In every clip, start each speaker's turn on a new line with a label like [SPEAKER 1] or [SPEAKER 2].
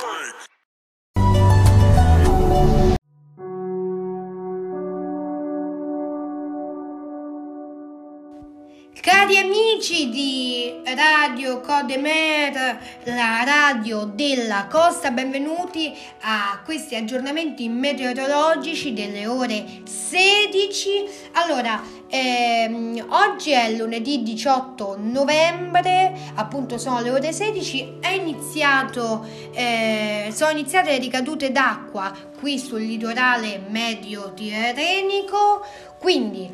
[SPEAKER 1] Cari amici di Radio Codemer, la radio della costa, benvenuti a questi aggiornamenti meteorologici delle ore 16. Allora, oggi è lunedì 18 novembre, appunto sono le ore 16, sono iniziate le ricadute d'acqua qui sul litorale medio tirrenico, quindi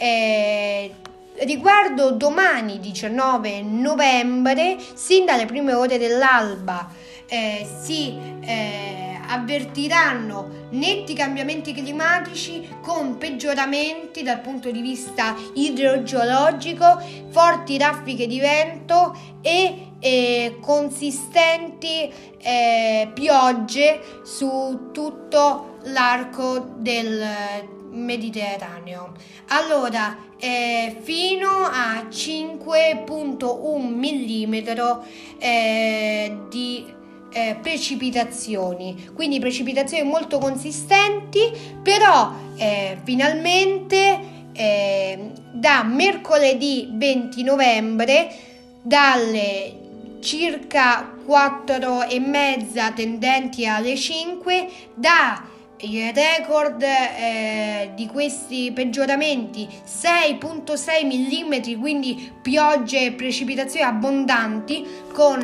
[SPEAKER 1] riguardo domani 19 novembre, sin dalle prime ore dell'alba si avvertiranno netti cambiamenti climatici con peggioramenti dal punto di vista idrogeologico, forti raffiche di vento e consistenti piogge su tutto l'arco del Mediterraneo. Allora, fino a 5.1 millimetro di precipitazioni, quindi precipitazioni molto consistenti, però finalmente da mercoledì 20 novembre dalle circa 4:30 tendenti alle 5, il record di questi peggioramenti 6.6 mm, quindi piogge e precipitazioni abbondanti con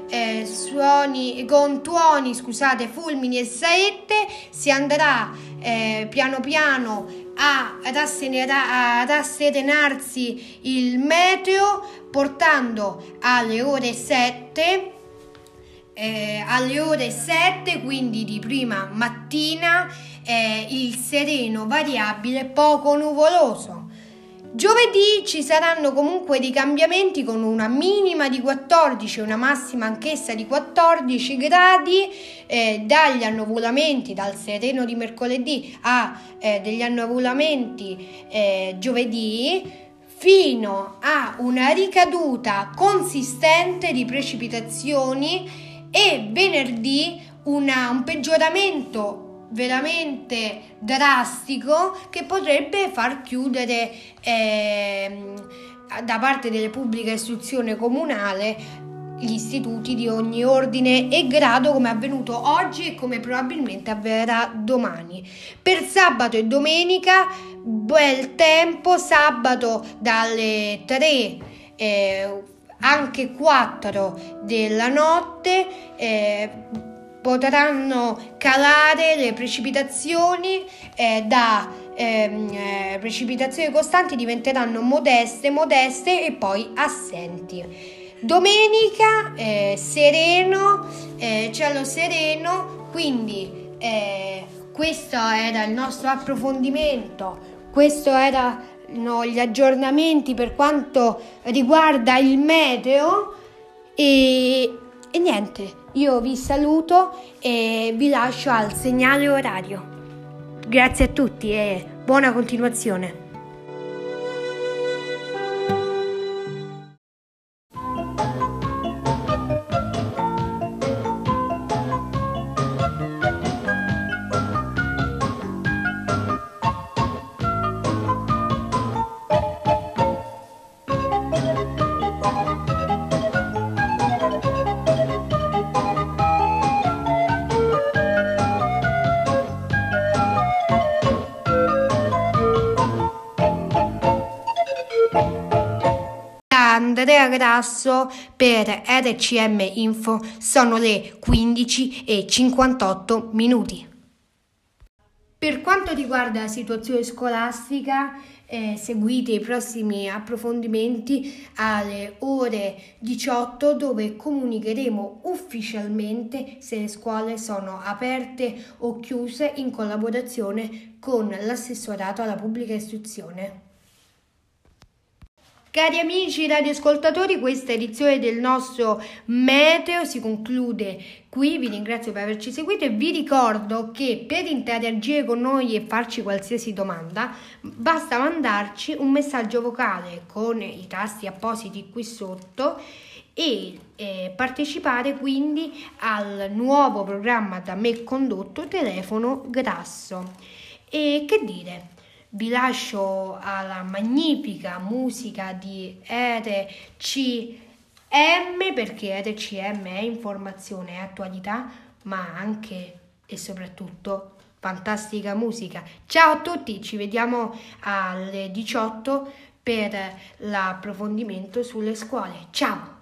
[SPEAKER 1] tuoni, fulmini e saette. Si andrà piano piano a rasserenarsi il meteo, portando alle ore 7, quindi di prima mattina, il sereno variabile poco nuvoloso. Giovedì ci saranno comunque dei cambiamenti con una minima di 14 e una massima anch'essa di 14 gradi, dagli annuvolamenti dal sereno di mercoledì a degli annuvolamenti giovedì, fino a una ricaduta consistente di precipitazioni, e venerdì un peggioramento veramente drastico che potrebbe far chiudere da parte delle pubbliche istruzione comunale gli istituti di ogni ordine e grado, come è avvenuto oggi e come probabilmente avverrà domani. Per sabato e domenica bel tempo, sabato dalle 3 anche 4 della notte potranno calare le precipitazioni, precipitazioni costanti diventeranno modeste e poi assenti. Domenica cielo sereno, quindi questo era il nostro approfondimento, questo era gli aggiornamenti per quanto riguarda il meteo e niente, io vi saluto e vi lascio al segnale orario. Grazie a tutti e buona continuazione. Andrea Grasso per RCM Info. Sono le 15:58. Per quanto riguarda la situazione scolastica, seguite i prossimi approfondimenti alle ore 18, dove comunicheremo ufficialmente se le scuole sono aperte o chiuse in collaborazione con l'assessorato alla pubblica istruzione. Cari amici radioascoltatori, questa edizione del nostro meteo si conclude qui. Vi ringrazio per averci seguito e vi ricordo che per interagire con noi e farci qualsiasi domanda basta mandarci un messaggio vocale con i tasti appositi qui sotto e partecipare quindi al nuovo programma da me condotto Telefono Grasso. E che dire, vi lascio alla magnifica musica di RCM, perché RCM è informazione e attualità, ma anche e soprattutto fantastica musica. Ciao a tutti, ci vediamo alle 18 per l'approfondimento sulle scuole. Ciao!